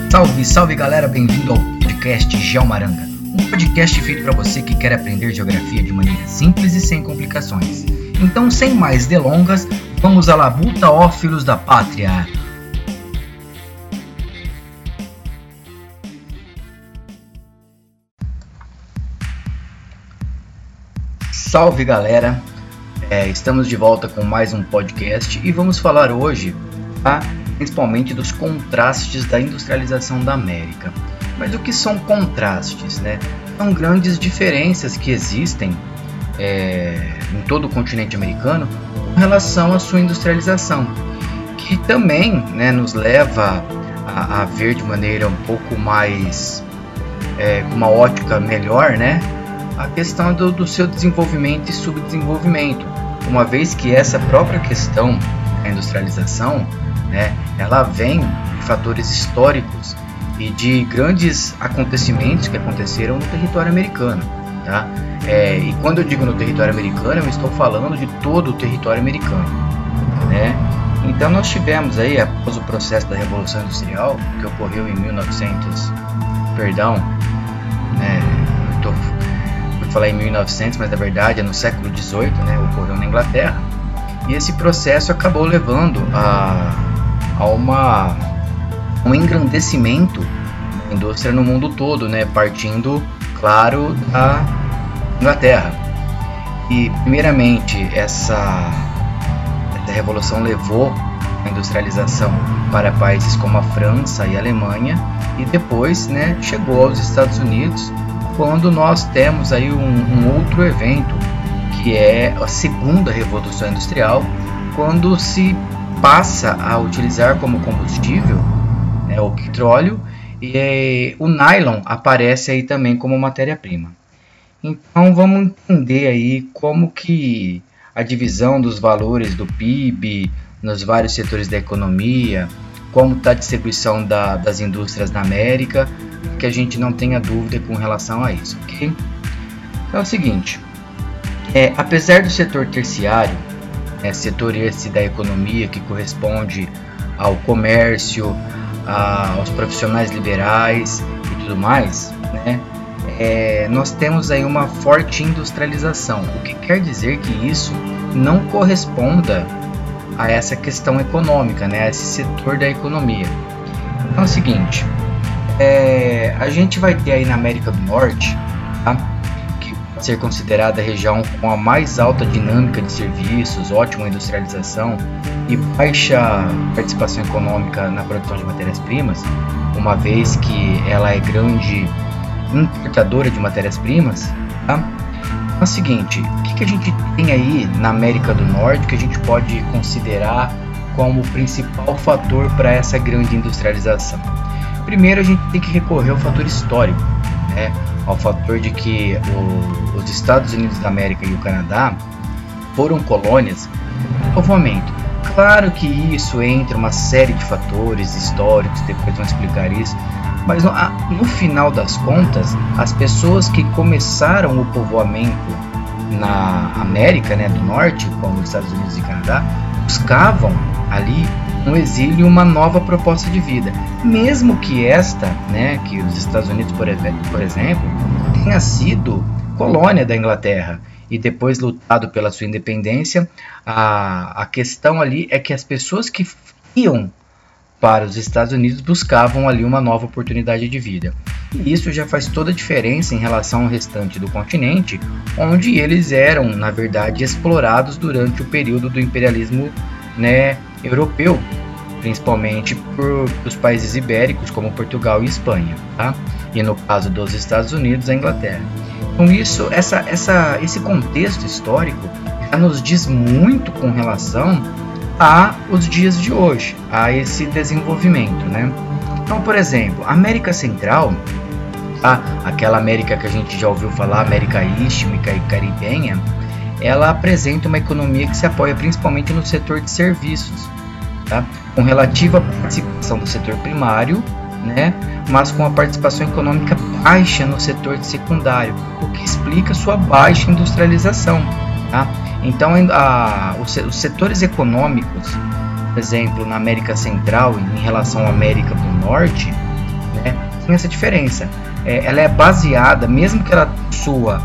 Salve, salve galera, bem-vindo ao podcast Geomaranga, um podcast feito para você que quer aprender geografia de maneira simples e sem complicações. Então, sem mais delongas, vamos à labuta, ó filhos da pátria! Salve galera, estamos de volta com mais um podcast e vamos falar hoje, principalmente dos contrastes da industrialização da América. Mas o que são contrastes, né? São grandes diferenças que existem em todo o continente americano com relação à sua industrialização, que também, né, nos leva a ver de maneira um pouco mais, com uma ótica melhor, né, a questão do seu desenvolvimento e subdesenvolvimento, uma vez que essa própria questão da industrialização, né, ela vem de fatores históricos e de grandes acontecimentos que aconteceram no território americano, tá? E quando eu digo no território americano, eu estou falando de todo o território americano, né? Então nós tivemos aí, após o processo da Revolução Industrial, que ocorreu em 1900, eu falei em 1900, mas na verdade é no século XVIII, né, ocorreu na Inglaterra, e esse processo acabou levando a um engrandecimento da indústria no mundo todo, né, partindo, claro, da Inglaterra. E primeiramente essa revolução levou a industrialização para países como a França e a Alemanha, e depois, né, chegou aos Estados Unidos, quando nós temos aí um outro evento, que é a segunda revolução industrial, quando se passa a utilizar como combustível, né, o petróleo, e o nylon aparece aí também como matéria-prima. Então vamos entender aí como que a divisão dos valores do PIB nos vários setores da economia, como está a distribuição das indústrias na América, que a gente não tenha dúvida com relação a isso, ok? Então é o seguinte, apesar do setor terciário, setor esse da economia que corresponde ao comércio, aos profissionais liberais e tudo mais, né, nós temos aí uma forte industrialização, o que quer dizer que isso não corresponda a essa questão econômica, né, a esse setor da economia. Então é o seguinte, a gente vai ter aí na América do Norte, tá, que pode ser considerada a região com a mais alta dinâmica de serviços, ótima industrialização e baixa participação econômica na produção de matérias-primas, uma vez que ela é grande importadora de matérias-primas, tá? É o seguinte, o que a gente tem aí na América do Norte que a gente pode considerar como principal fator para essa grande industrialização? Primeiro, a gente tem que recorrer ao fator histórico, né? Ao fator de que os Estados Unidos da América e o Canadá foram colônias do povoamento. Claro que isso entra uma série de fatores históricos, depois vamos explicar isso, mas no final das contas, as pessoas que começaram o povoamento na América, né, do Norte, como os Estados Unidos e Canadá, buscavam ali no exílio uma nova proposta de vida, mesmo que que os Estados Unidos, por exemplo, tenha sido colônia da Inglaterra e depois lutado pela sua independência. A questão ali é que as pessoas que iam para os Estados Unidos buscavam ali uma nova oportunidade de vida. E isso já faz toda a diferença em relação ao restante do continente, onde eles eram, na verdade, explorados durante o período do imperialismo, né, europeu, principalmente por os países ibéricos como Portugal e Espanha, tá? E no caso dos Estados Unidos, a Inglaterra. Com isso, esse contexto histórico já nos diz muito com relação aos dias de hoje, a esse desenvolvimento, né? Então, por exemplo, a América Central, aquela América que a gente já ouviu falar, América Istmica e Caribenha, ela apresenta uma economia que se apoia principalmente no setor de serviços, tá? Com relativa participação do setor primário, né? Mas com a participação econômica baixa no setor de secundário, o que explica sua baixa industrialização, tá? Então, os setores econômicos, por exemplo, na América Central, em relação à América do Norte, tem essa diferença. Ela é baseada, mesmo que ela possua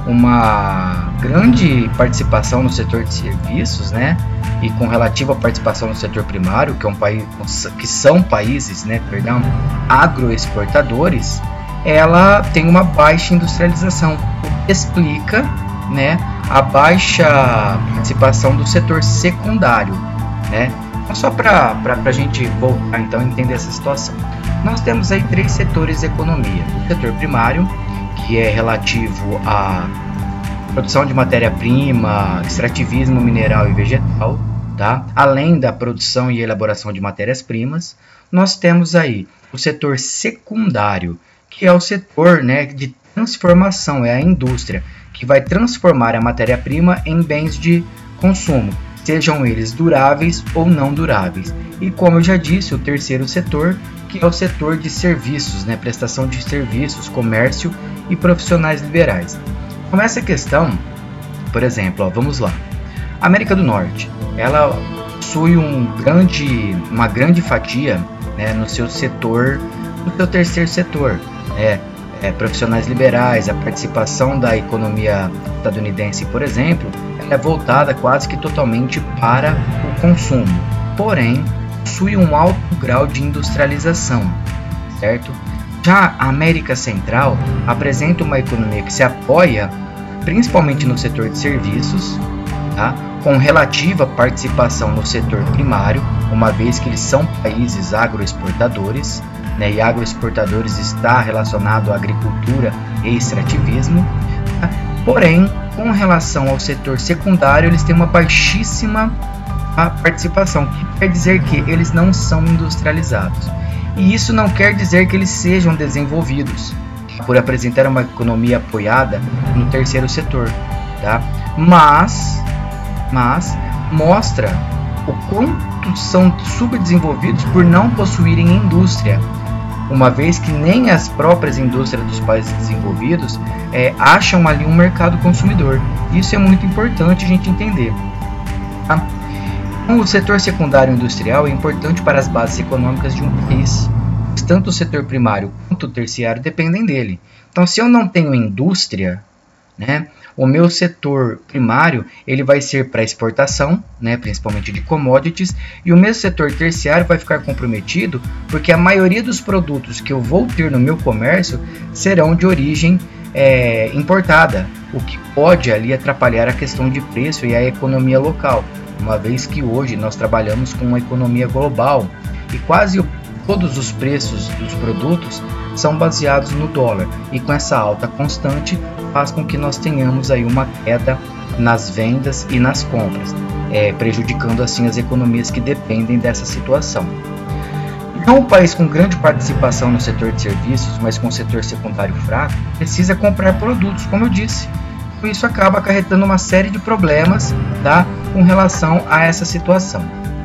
uma grande participação no setor de serviços, né, e com relativa participação no setor primário, que é um país, que são países, né, perdão, agroexportadores, ela tem uma baixa industrialização, o que explica, né, a baixa participação do setor secundário, né. Então, só para a gente voltar então a entender essa situação, nós temos aí 3 setores de economia: o setor primário, que é relativo à produção de matéria-prima, extrativismo mineral e vegetal, tá? Além da produção e elaboração de matérias-primas. Nós temos aí o setor secundário, que é o setor, né, de transformação, é a indústria, que vai transformar a matéria-prima em bens de consumo, sejam eles duráveis ou não duráveis. E como eu já disse, o terceiro setor, que é o setor de serviços, né, prestação de serviços, comércio e profissionais liberais. Com essa questão, por exemplo, vamos lá. A América do Norte, ela possui uma grande fatia, né, no seu setor, no seu terceiro setor, profissionais liberais. A participação da economia estadunidense, por exemplo, ela é voltada quase que totalmente para o consumo, porém possui um alto grau de industrialização, certo? Já a América Central apresenta uma economia que se apoia principalmente no setor de serviços, tá? Com relativa participação no setor primário, uma vez que eles são países agroexportadores, né? E agroexportadores está relacionado à agricultura e extrativismo, tá? Porém, com relação ao setor secundário, eles têm uma baixíssima participação, que quer dizer que eles não são industrializados. E isso não quer dizer que eles sejam desenvolvidos, por apresentar uma economia apoiada no terceiro setor, tá? Mas mostra o quanto são subdesenvolvidos por não possuírem indústria, uma vez que nem as próprias indústrias dos países desenvolvidos acham ali um mercado consumidor. Isso é muito importante a gente entender, tá? O setor secundário industrial é importante para as bases econômicas de um país. Tanto o setor primário quanto o terciário dependem dele. Então, se eu não tenho indústria, né, o meu setor primário ele vai ser para exportação, né, principalmente de commodities, e o meu setor terciário vai ficar comprometido porque a maioria dos produtos que eu vou ter no meu comércio serão de origem importada, o que pode ali atrapalhar a questão de preço e a economia local, uma vez que hoje nós trabalhamos com uma economia global e quase todos os preços dos produtos são baseados no dólar, e com essa alta constante faz com que nós tenhamos aí uma queda nas vendas e nas compras, prejudicando assim as economias que dependem dessa situação. Então, um país com grande participação no setor de serviços, mas com o setor secundário fraco, precisa comprar produtos, como eu disse. Isso acaba acarretando uma série de problemas, tá, com relação a essa situação.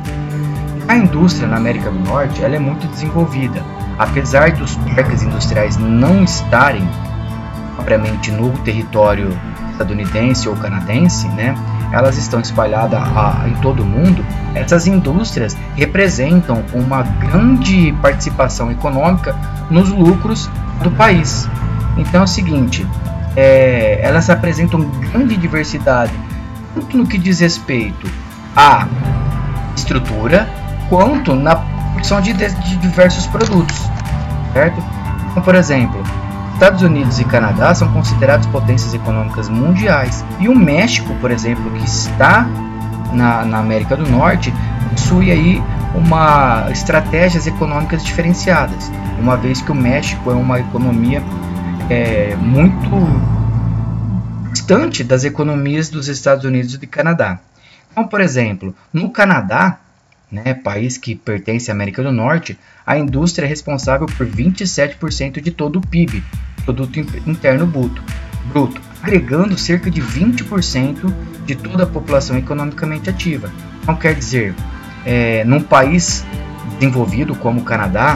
A indústria na América do Norte ela é muito desenvolvida. Apesar dos parques industriais não estarem propriamente no território estadunidense ou canadense, né, elas estão espalhadas em todo o mundo. Essas indústrias representam uma grande participação econômica nos lucros do país. Então é o seguinte, elas apresentam grande diversidade, tanto no que diz respeito à estrutura, quanto na produção de diversos produtos, certo? Então, por exemplo, Estados Unidos e Canadá são considerados potências econômicas mundiais, e o México, por exemplo, que está na América do Norte, possui aí estratégias econômicas diferenciadas, uma vez que o México é uma economia muito distante das economias dos Estados Unidos e do Canadá. Então, por exemplo, no Canadá, né, país que pertence à América do Norte, a indústria é responsável por 27% de todo o PIB, Produto Interno Bruto, agregando cerca de 20% de toda a população economicamente ativa. Então, quer dizer, num país desenvolvido como o Canadá,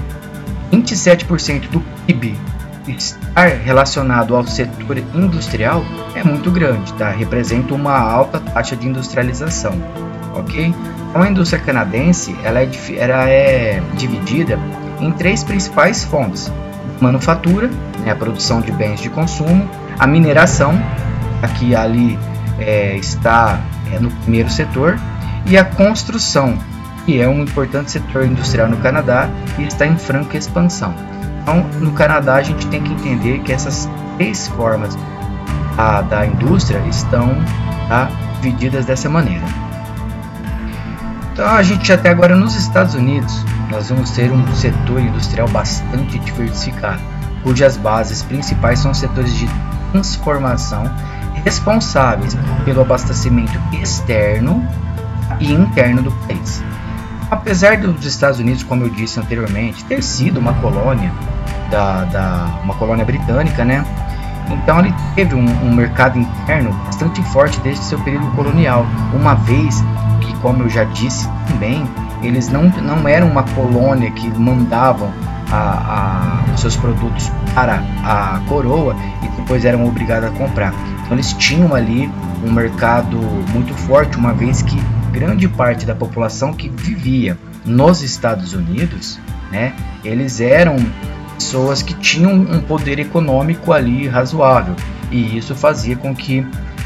27% do PIB estar relacionado ao setor industrial é muito grande, tá? Representa uma alta taxa de industrialização, ok? Então, a indústria canadense ela é dividida em 3 principais fontes: manufatura, né, a produção de bens de consumo, a mineração, aqui ali está no primeiro setor, e a construção, que é um importante setor industrial no Canadá e está em franca expansão. Então, no Canadá, a gente tem que entender que essas 3 formas da indústria estão divididas dessa maneira. Então, a gente até agora nos Estados Unidos, nós vamos ter um setor industrial bastante diversificado, cujas bases principais são setores de transformação responsáveis pelo abastecimento externo e interno do país. Apesar dos Estados Unidos, como eu disse anteriormente, ter sido uma colônia uma colônia britânica, né? Então ele teve um mercado interno bastante forte desde seu período colonial, uma vez que, como eu já disse também, eles não eram uma colônia que mandavam os seus produtos para a coroa e depois eram obrigados a comprar. Então eles tinham ali um mercado muito forte, uma vez que grande parte da população que vivia nos Estados Unidos, né, eles eram pessoas que tinham um poder econômico ali razoável, e isso fazia com que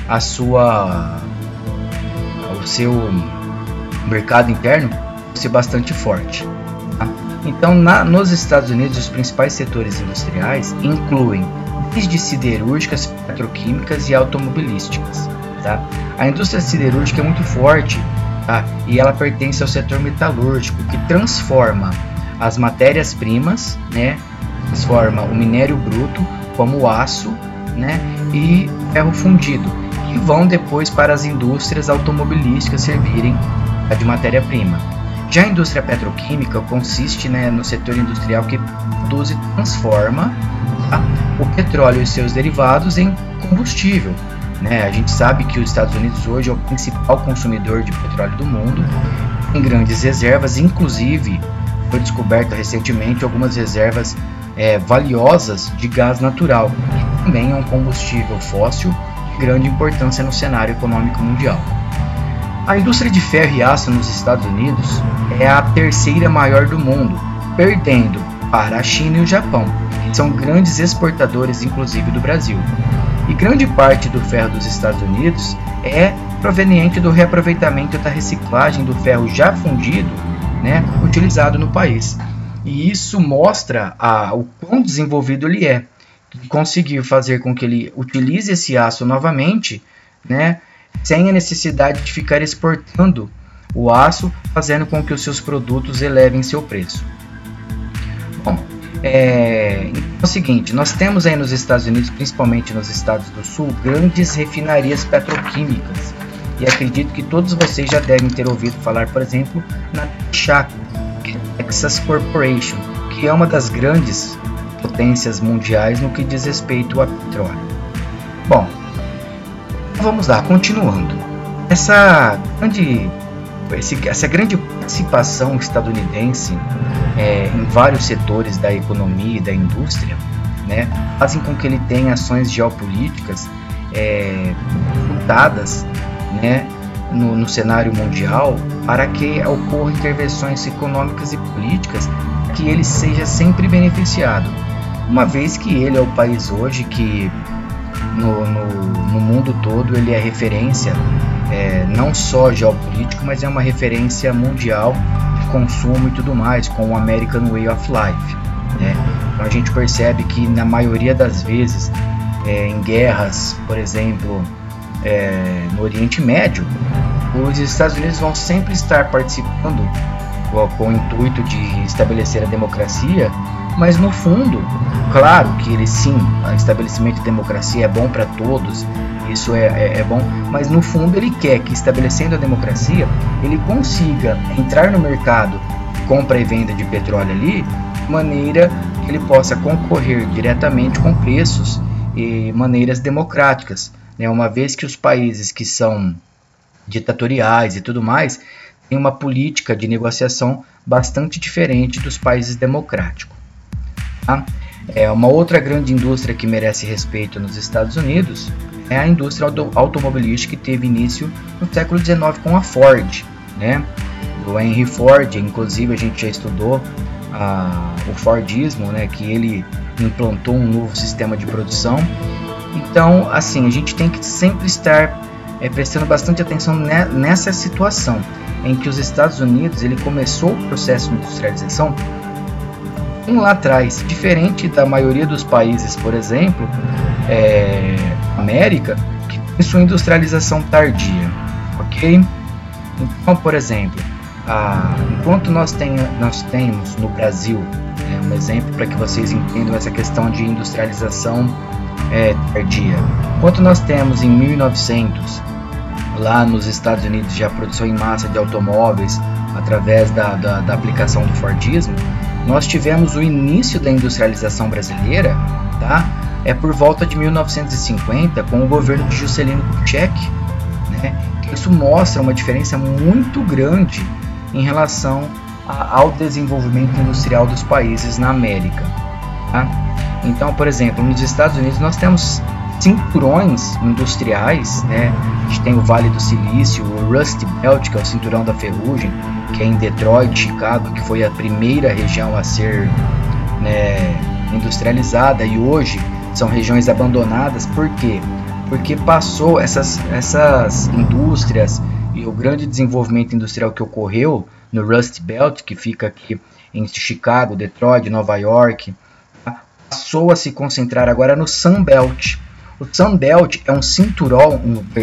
o seu mercado interno fosse bastante forte. Tá? Então, nos Estados Unidos, os principais setores industriais incluem desde siderúrgicas, petroquímicas e automobilísticas. Tá? A indústria siderúrgica é muito forte, tá? E ela pertence ao setor metalúrgico, que transforma as matérias-primas, né? Transforma o minério bruto como o aço, né? E ferro fundido, que vão depois para as indústrias automobilísticas servirem de matéria-prima. Já a indústria petroquímica consiste, né, no setor industrial que produz e transforma, tá, o petróleo e seus derivados em combustível. Né? A gente sabe que os Estados Unidos hoje é o principal consumidor de petróleo do mundo, em grandes reservas, inclusive foi descoberto recentemente algumas reservas valiosas de gás natural, que também é um combustível fóssil de grande importância no cenário econômico mundial. A indústria de ferro e aço nos Estados Unidos é a terceira maior do mundo, perdendo para a China e o Japão, que são grandes exportadores, inclusive do Brasil. E grande parte do ferro dos Estados Unidos é proveniente do reaproveitamento da reciclagem do ferro já fundido, né, utilizado no país. E isso mostra o quão desenvolvido ele é, de conseguir fazer com que ele utilize esse aço novamente, né, sem a necessidade de ficar exportando o aço, fazendo com que os seus produtos elevem seu preço. Bom, é o seguinte, nós temos aí nos Estados Unidos, principalmente nos estados do sul, grandes refinarias petroquímicas. E acredito que todos vocês já devem ter ouvido falar, por exemplo, na Chaco, Texas Corporation, que é uma das grandes potências mundiais no que diz respeito a petróleo. Bom, vamos lá, continuando. Essa grande participação estadunidense em vários setores da economia e da indústria, né, fazem com que ele tenha ações geopolíticas voltadas, né, no cenário mundial, para que ocorram intervenções econômicas e políticas que ele seja sempre beneficiado, uma vez que ele é o país hoje que no mundo todo ele é referência, não só geopolítico, mas é uma referência mundial de consumo e tudo mais, com o American Way of Life, né? Então a gente percebe que na maioria das vezes, em guerras, por exemplo, no Oriente Médio, os Estados Unidos vão sempre estar participando com o intuito de estabelecer a democracia, mas no fundo, claro que ele sim, o estabelecimento de democracia é bom para todos, isso é bom, mas no fundo ele quer que, estabelecendo a democracia, ele consiga entrar no mercado de compra e venda de petróleo ali, de maneira que ele possa concorrer diretamente com preços e maneiras democráticas, né? Uma vez que os países que são ditatoriais e tudo mais têm uma política de negociação bastante diferente dos países democráticos. Tá? Uma outra grande indústria que merece respeito nos Estados Unidos é a indústria automobilística, que teve início no século XIX com a Ford, né? O Henry Ford, inclusive a gente já estudou o Fordismo, né? Que ele implantou um novo sistema de produção. Então, assim, a gente tem que sempre estar prestando bastante atenção nessa situação em que os Estados Unidos ele começou o processo de industrialização lá atrás, diferente da maioria dos países, por exemplo, América, que tem sua industrialização tardia, ok? Então, por exemplo, enquanto nós temos no Brasil, um exemplo para que vocês entendam essa questão de industrialização tardia, enquanto nós temos em 1900 lá nos Estados Unidos já a produção em massa de automóveis através da aplicação do Fordismo, nós tivemos o início da industrialização brasileira, tá? Por volta de 1950 com o governo de Juscelino Kubitschek, né? Isso mostra uma diferença muito grande em relação ao desenvolvimento industrial dos países na América, tá? Então, por exemplo, nos Estados Unidos nós temos cinturões industriais, né? A gente tem o Vale do Silício, o Rust Belt, que é o cinturão da ferrugem, que é em Detroit, Chicago, que foi a primeira região a ser, né, industrializada, e hoje são regiões abandonadas. Por quê? Porque passou essas indústrias e o grande desenvolvimento industrial que ocorreu no Rust Belt, que fica aqui em Chicago, Detroit, Nova York, passou a se concentrar agora no Sun Belt. O Sun Belt é um cinturão,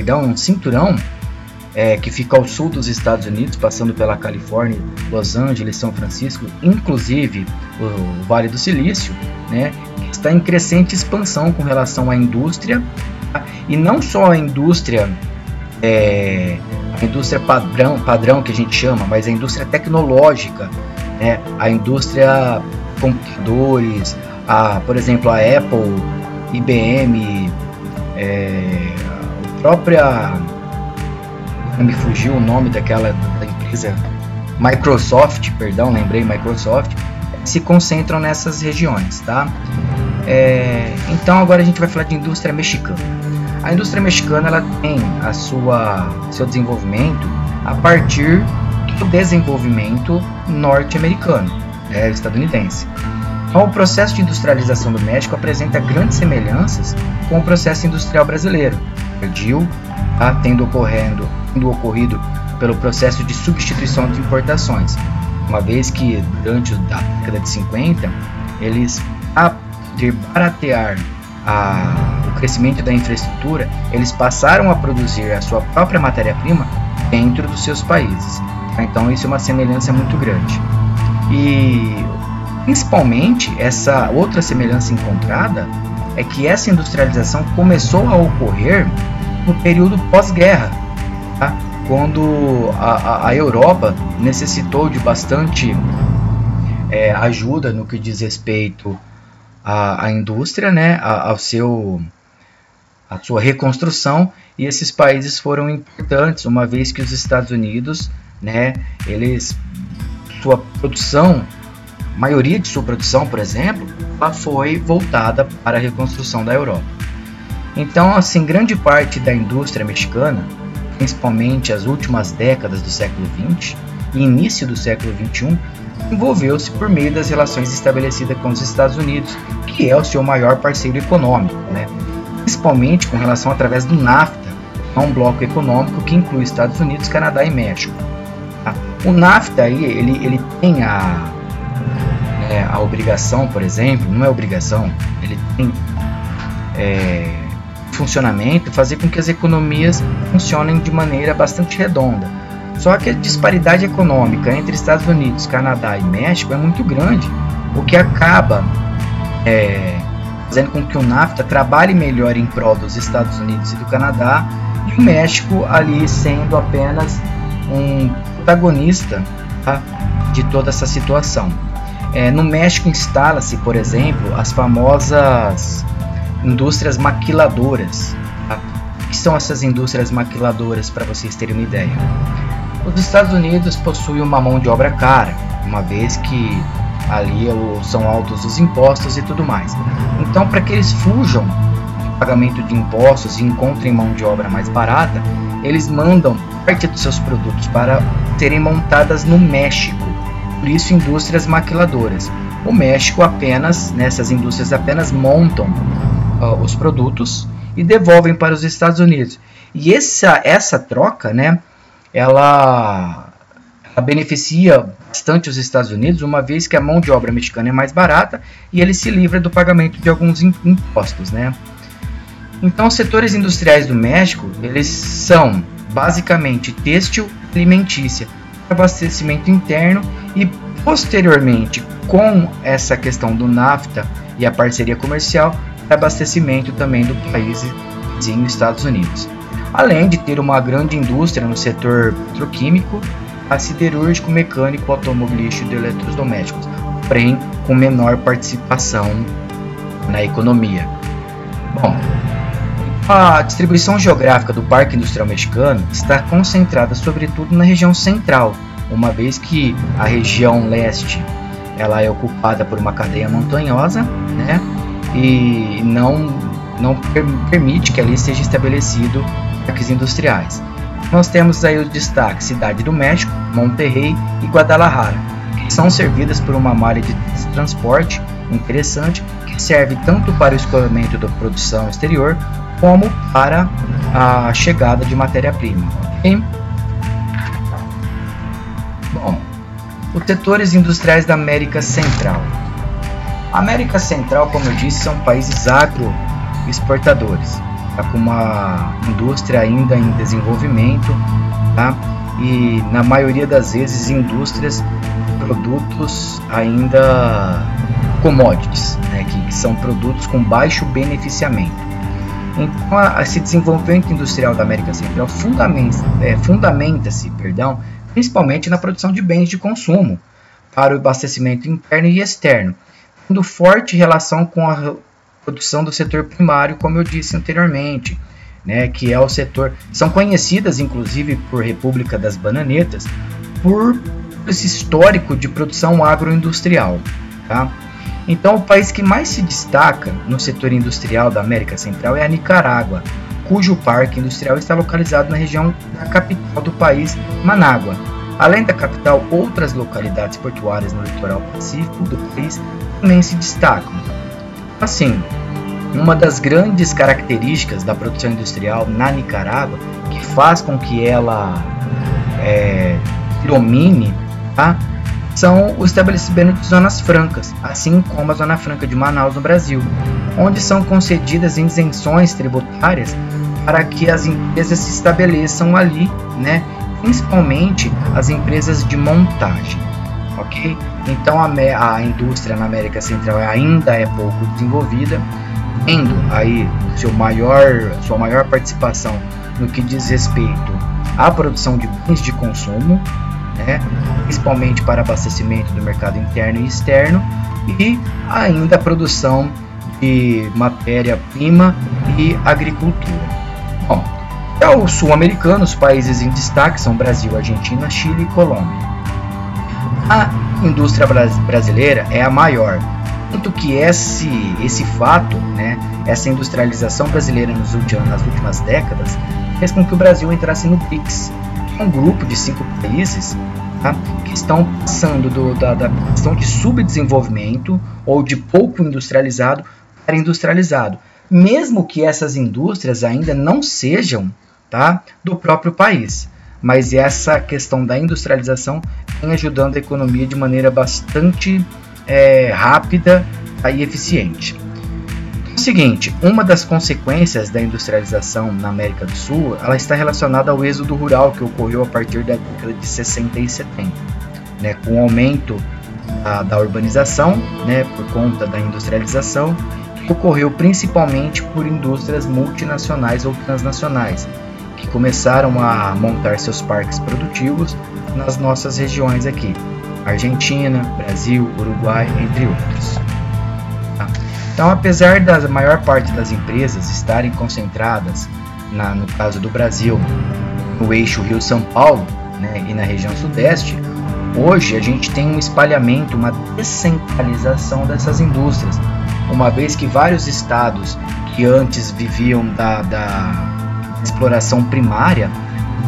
que fica ao sul dos Estados Unidos, passando pela Califórnia, Los Angeles, São Francisco, inclusive o Vale do Silício, né, que está em crescente expansão com relação à indústria, tá? E não só a indústria padrão que a gente chama, mas a indústria tecnológica, né, a indústria computadores, por exemplo, a Apple, IBM, me fugiu o nome da empresa, Microsoft, Microsoft, se concentram nessas regiões, tá? Então agora a gente vai falar de indústria mexicana. A indústria mexicana ela tem seu desenvolvimento a partir do desenvolvimento norte-americano, estadunidense. Então, o processo de industrialização do México apresenta grandes semelhanças com o processo industrial brasileiro, tardio, tá? Tendo ocorrido pelo processo de substituição de importações, uma vez que durante a década de 50 eles, a poder baratear o crescimento da infraestrutura, eles passaram a produzir a sua própria matéria-prima dentro dos seus países, tá? Então isso é uma semelhança muito grande. E principalmente, essa outra semelhança encontrada é que essa industrialização começou a ocorrer no período pós-guerra, tá? Quando a Europa necessitou de bastante ajuda no que diz respeito à indústria, né? A sua reconstrução, e esses países foram importantes, uma vez que os Estados Unidos, né, a maioria de sua produção, por exemplo, ela foi voltada para a reconstrução da Europa. Então, assim, grande parte da indústria mexicana, principalmente as últimas décadas do século XX e início do século XXI, envolveu-se por meio das relações estabelecidas com os Estados Unidos, que é o seu maior parceiro econômico, né? Principalmente com relação através do NAFTA, um bloco econômico que inclui Estados Unidos, Canadá e México. Tá? O NAFTA aí, ele tem a obrigação, por exemplo, não é obrigação, ele tem funcionamento, fazer com que as economias funcionem de maneira bastante redonda. Só que a disparidade econômica entre Estados Unidos, Canadá e México é muito grande, o que acaba fazendo com que o NAFTA trabalhe melhor em prol dos Estados Unidos e do Canadá, e o México ali sendo apenas um protagonista, tá, de toda essa situação. No México instala-se, por exemplo, as famosas indústrias maquiladoras. Tá? O que são essas indústrias maquiladoras, para vocês terem uma ideia? Os Estados Unidos possuem uma mão de obra cara, uma vez que ali são altos os impostos e tudo mais. Então, para que eles fujam do pagamento de impostos e encontrem mão de obra mais barata, eles mandam parte dos seus produtos para serem montadas no México. Por isso, indústrias maquiladoras. o México apenas, essas indústrias apenas montam os produtos e devolvem para os Estados Unidos. E essa troca, né, ela beneficia bastante os Estados Unidos, uma vez que a mão de obra mexicana é mais barata e ele se livra do pagamento de alguns impostos, né? Então, os setores industriais do México, eles são basicamente têxtil e alimentícia, abastecimento interno e, posteriormente, com essa questão do NAFTA e a parceria comercial, abastecimento também do país vizinho, Estados Unidos. Além de ter uma grande indústria no setor petroquímico, siderúrgico, mecânico, automobilístico e de eletrodomésticos, porém com menor participação na economia. Bom, a distribuição geográfica do Parque Industrial Mexicano está concentrada sobretudo na região central, uma vez que a região leste ela é ocupada por uma cadeia montanhosa, né, e não permite que ali seja estabelecido parques industriais. Nós temos aí o destaque Cidade do México, Monterrey e Guadalajara, que são servidas por uma malha de transporte interessante que serve tanto para o escoamento da produção exterior como para a chegada de matéria-prima. Okay? Bom, os setores industriais da América Central. A América Central, como eu disse, são países agroexportadores, tá? Com uma indústria ainda em desenvolvimento, tá? E na maioria das vezes indústrias de produtos ainda commodities, né? Que são produtos com baixo beneficiamento. Então, esse desenvolvimento industrial da América Central fundamenta-se, principalmente na produção de bens de consumo para o abastecimento interno e externo, tendo forte relação com a produção do setor primário, como eu disse anteriormente, né, que é o setor, são conhecidas inclusive por República das Bananetas, por esse histórico de produção agroindustrial, tá? Então, o país que mais se destaca no setor industrial da América Central é a Nicarágua, cujo parque industrial está localizado na região da capital do país, Manágua. Além da capital, outras localidades portuárias no litoral pacífico do país também se destacam. Assim, uma das grandes características da produção industrial na Nicarágua, que faz com que ela domine, tá? São o estabelecimento de zonas francas, assim como a Zona Franca de Manaus no Brasil, onde são concedidas isenções tributárias para que as empresas se estabeleçam ali, né? Principalmente as empresas de montagem, ok? Então a indústria na América Central ainda é pouco desenvolvida, tendo aí sua maior participação no que diz respeito à produção de bens de consumo, né, principalmente para abastecimento do mercado interno e externo, e ainda a produção de matéria-prima e agricultura. Bom, os sul-americanos, os países em destaque são Brasil, Argentina, Chile e Colômbia. A indústria brasileira é a maior, tanto que esse fato, né, essa industrialização brasileira nas últimas décadas, fez com que o Brasil entrasse no BRICS, um grupo de 5 países, tá, que estão passando da questão de subdesenvolvimento ou de pouco industrializado para industrializado, mesmo que essas indústrias ainda não sejam, tá, do próprio país. Mas essa questão da industrialização vem ajudando a economia de maneira bastante rápida e eficiente. É o seguinte, uma das consequências da industrialização na América do Sul, ela está relacionada ao êxodo rural que ocorreu a partir da década de 60 e 70, né, com o aumento da urbanização, né, por conta da industrialização, que ocorreu principalmente por indústrias multinacionais ou transnacionais, que começaram a montar seus parques produtivos nas nossas regiões aqui, Argentina, Brasil, Uruguai, entre outros. Então, apesar da maior parte das empresas estarem concentradas, no caso do Brasil, no eixo Rio-São Paulo, né, e na região sudeste, hoje a gente tem um espalhamento, uma descentralização dessas indústrias, uma vez que vários estados que antes viviam da exploração primária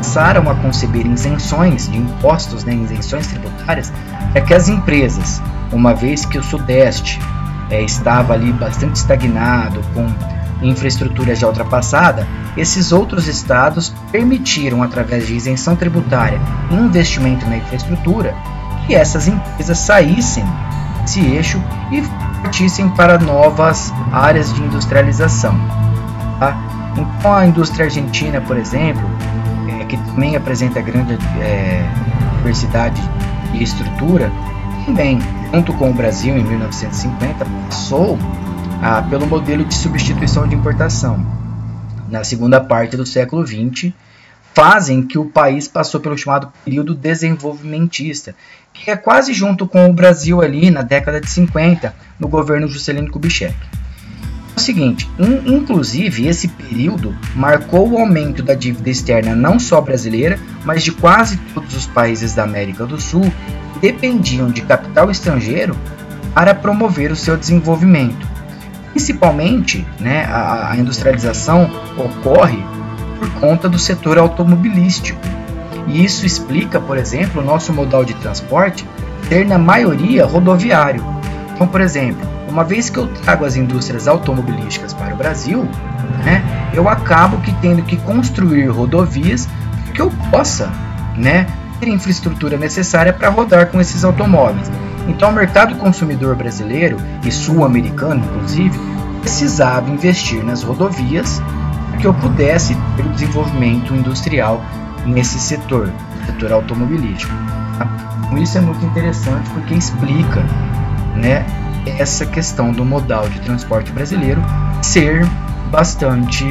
passaram a conceber isenções de impostos, né, isenções tributárias, para que as empresas, uma vez que o Sudeste estava ali bastante estagnado, com infraestrutura já ultrapassada, esses outros estados permitiram, através de isenção tributária e investimento na infraestrutura, que essas empresas saíssem desse eixo e partissem para novas áreas de industrialização. Tá? Então a indústria argentina, por exemplo, que também apresenta grande diversidade de estrutura, também, junto com o Brasil em 1950, passou pelo modelo de substituição de importação. Na segunda parte do século XX, fazem que o país passou pelo chamado período desenvolvimentista, que é quase junto com o Brasil ali na década de 50, no governo Juscelino Kubitschek. É o seguinte, inclusive esse período marcou o aumento da dívida externa não só brasileira, mas de quase todos os países da América do Sul, que dependiam de capital estrangeiro para promover o seu desenvolvimento. Principalmente, né, a industrialização ocorre por conta do setor automobilístico. E isso explica, por exemplo, o nosso modal de transporte ser, na maioria, rodoviário. Então, por exemplo, uma vez que eu trago as indústrias automobilísticas para o Brasil, né, eu acabo tendo que construir rodovias para que eu possa, né, ter infraestrutura necessária para rodar com esses automóveis. Então, o mercado consumidor brasileiro e sul-americano, inclusive, precisava investir nas rodovias para que eu pudesse ter o desenvolvimento industrial nesse setor automobilístico. Tá? Então, isso é muito interessante porque explica, né, essa questão do modal de transporte brasileiro ser bastante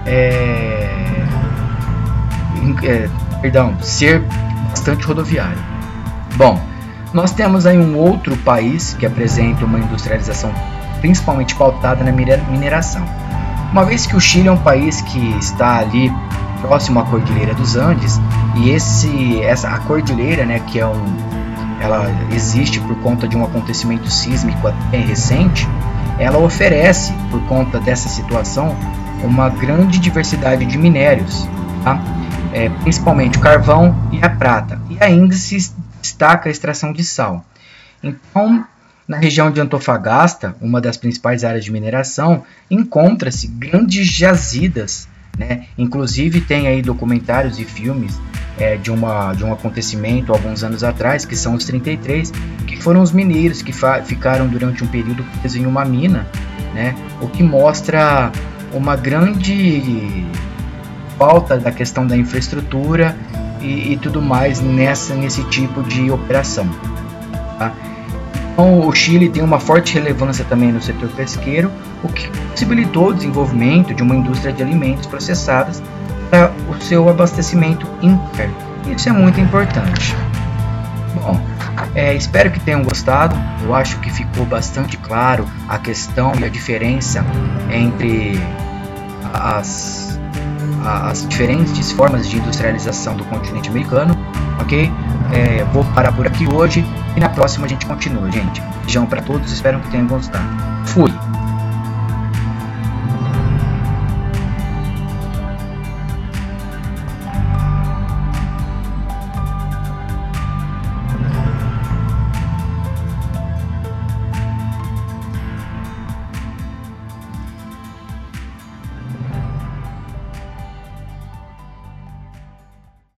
ser bastante rodoviário. Bom, nós temos aí um outro país que apresenta uma industrialização principalmente pautada na mineração. Uma vez que o Chile é um país que está ali próximo à Cordilheira dos Andes, e a cordilheira, né, que ela existe por conta de um acontecimento sísmico até recente, ela oferece, por conta dessa situação, uma grande diversidade de minérios, tá? Principalmente o carvão e a prata, e ainda se destaca a extração de sal. Então, na região de Antofagasta, uma das principais áreas de mineração, encontra-se grandes jazidas, né? Inclusive tem aí documentários e filmes de um acontecimento alguns anos atrás, que são os 33, que foram os mineiros que ficaram durante um período presos em uma mina, né? O que mostra uma grande falta da questão da infraestrutura e tudo mais nesse tipo de operação. Tá? Então, o Chile tem uma forte relevância também no setor pesqueiro, o que possibilitou o desenvolvimento de uma indústria de alimentos processados para o seu abastecimento interno. Isso é muito importante. Bom, espero que tenham gostado. Eu acho que ficou bastante claro a questão e a diferença entre as diferentes formas de industrialização do continente americano, ok? Vou parar por aqui hoje e na próxima a gente continua, gente. Beijão para todos, espero que tenham gostado. Fui!